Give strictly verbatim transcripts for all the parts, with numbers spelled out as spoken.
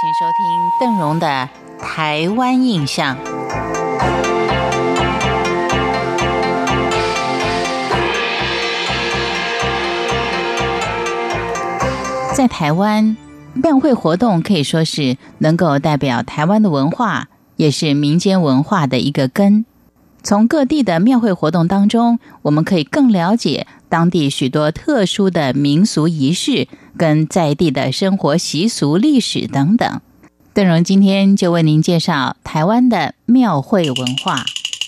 请收听邓荣的台湾印象。在台湾，庙会活动可以说是能够代表台湾的文化，也是民间文化的一个根。从各地的庙会活动当中，我们可以更了解当地许多特殊的民俗仪式，跟在地的生活习俗、历史等等。邓荣今天就为您介绍台湾的庙会文化。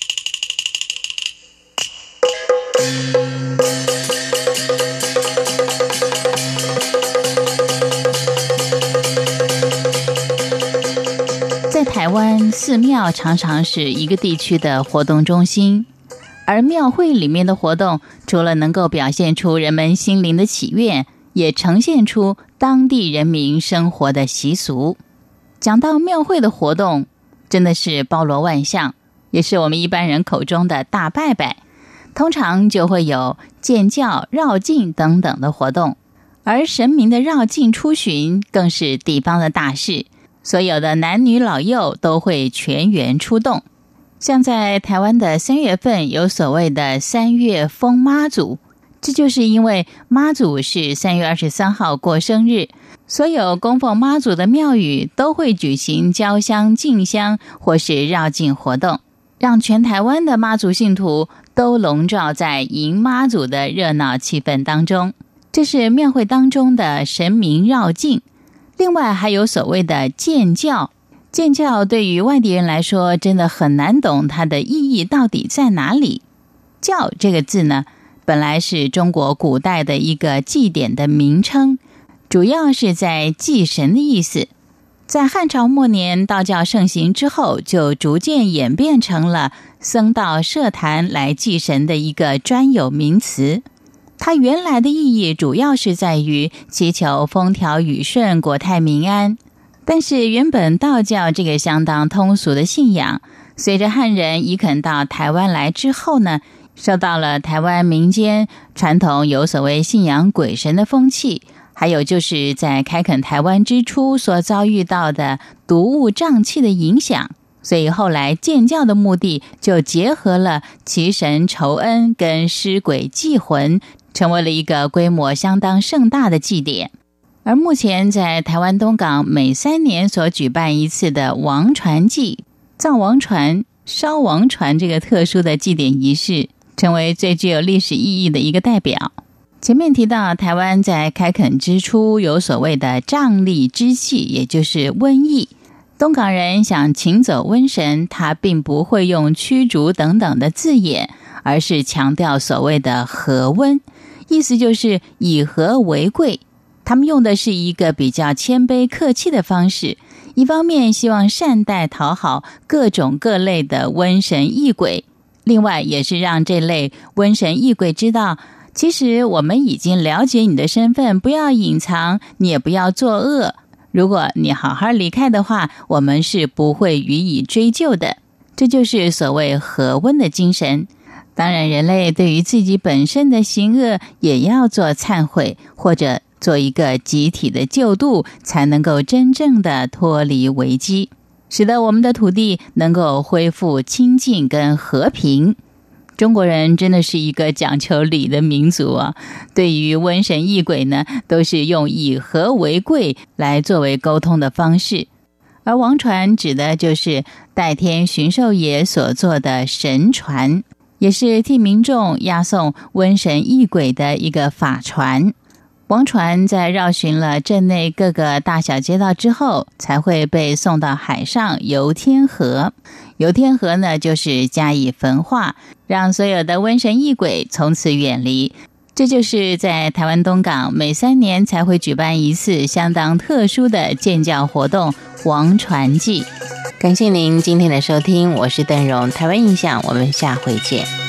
在台湾，寺庙常常是一个地区的活动中心，而庙会里面的活动，除了能够表现出人们心灵的祈愿，也呈现出当地人民生活的习俗。讲到庙会的活动，真的是包罗万象，也是我们一般人口中的大拜拜。通常就会有建教、绕境等等的活动，而神明的绕境出巡更是地方的大事，所有的男女老幼都会全员出动。像在台湾的三月份有所谓的三月封妈祖，这就是因为妈祖是三月二十三号过生日，所有供奉妈祖的庙宇都会举行交香、进香或是绕境活动，让全台湾的妈祖信徒都笼罩在迎妈祖的热闹气氛当中。这是庙会当中的神明绕境。另外还有所谓的建教，建教对于外地人来说真的很难懂它的意义到底在哪里。教这个字呢，本来是中国古代的一个祭典的名称，主要是在祭神的意思。在汉朝末年道教盛行之后，就逐渐演变成了僧道设坛来祭神的一个专有名词。它原来的意义主要是在于祈求风调雨顺、国泰民安。但是原本道教这个相当通俗的信仰，随着汉人移垦到台湾来之后呢，受到了台湾民间传统有所谓信仰鬼神的风气，还有就是在开垦台湾之初所遭遇到的毒物瘴气的影响，所以后来建教的目的就结合了祈神酬恩跟施鬼祭魂，成为了一个规模相当盛大的祭典。而目前在台湾东港每三年所举办一次的王船祭，造王船、烧王船这个特殊的祭典仪式，成为最具有历史意义的一个代表。前面提到台湾在开垦之初有所谓的瘴疠之气，也就是瘟疫。东港人想请走瘟神，他并不会用驱逐等等的字眼，而是强调所谓的和温，意思就是以和为贵。他们用的是一个比较谦卑客气的方式，一方面希望善待讨好各种各类的瘟神异鬼，另外也是让这类瘟神异鬼知道，其实我们已经了解你的身份，不要隐藏，你也不要作恶，如果你好好离开的话，我们是不会予以追究的。这就是所谓和温的精神。当然人类对于自己本身的行恶也要做忏悔，或者做一个集体的救度，才能够真正的脱离危机，使得我们的土地能够恢复清净跟和平。中国人真的是一个讲求礼的民族啊，对于瘟神异鬼呢，都是用以和为贵来作为沟通的方式。而王船指的就是代天巡狩爷所做的神船，也是替民众押送瘟神异鬼的一个法船。王船在绕巡了镇内各个大小街道之后，才会被送到海上游天河。游天河呢，就是加以焚化，让所有的瘟神异鬼从此远离。这就是在台湾东港每三年才会举办一次相当特殊的建教活动——王船祭。感谢您今天的收听，我是邓荣，台湾印象，我们下回见。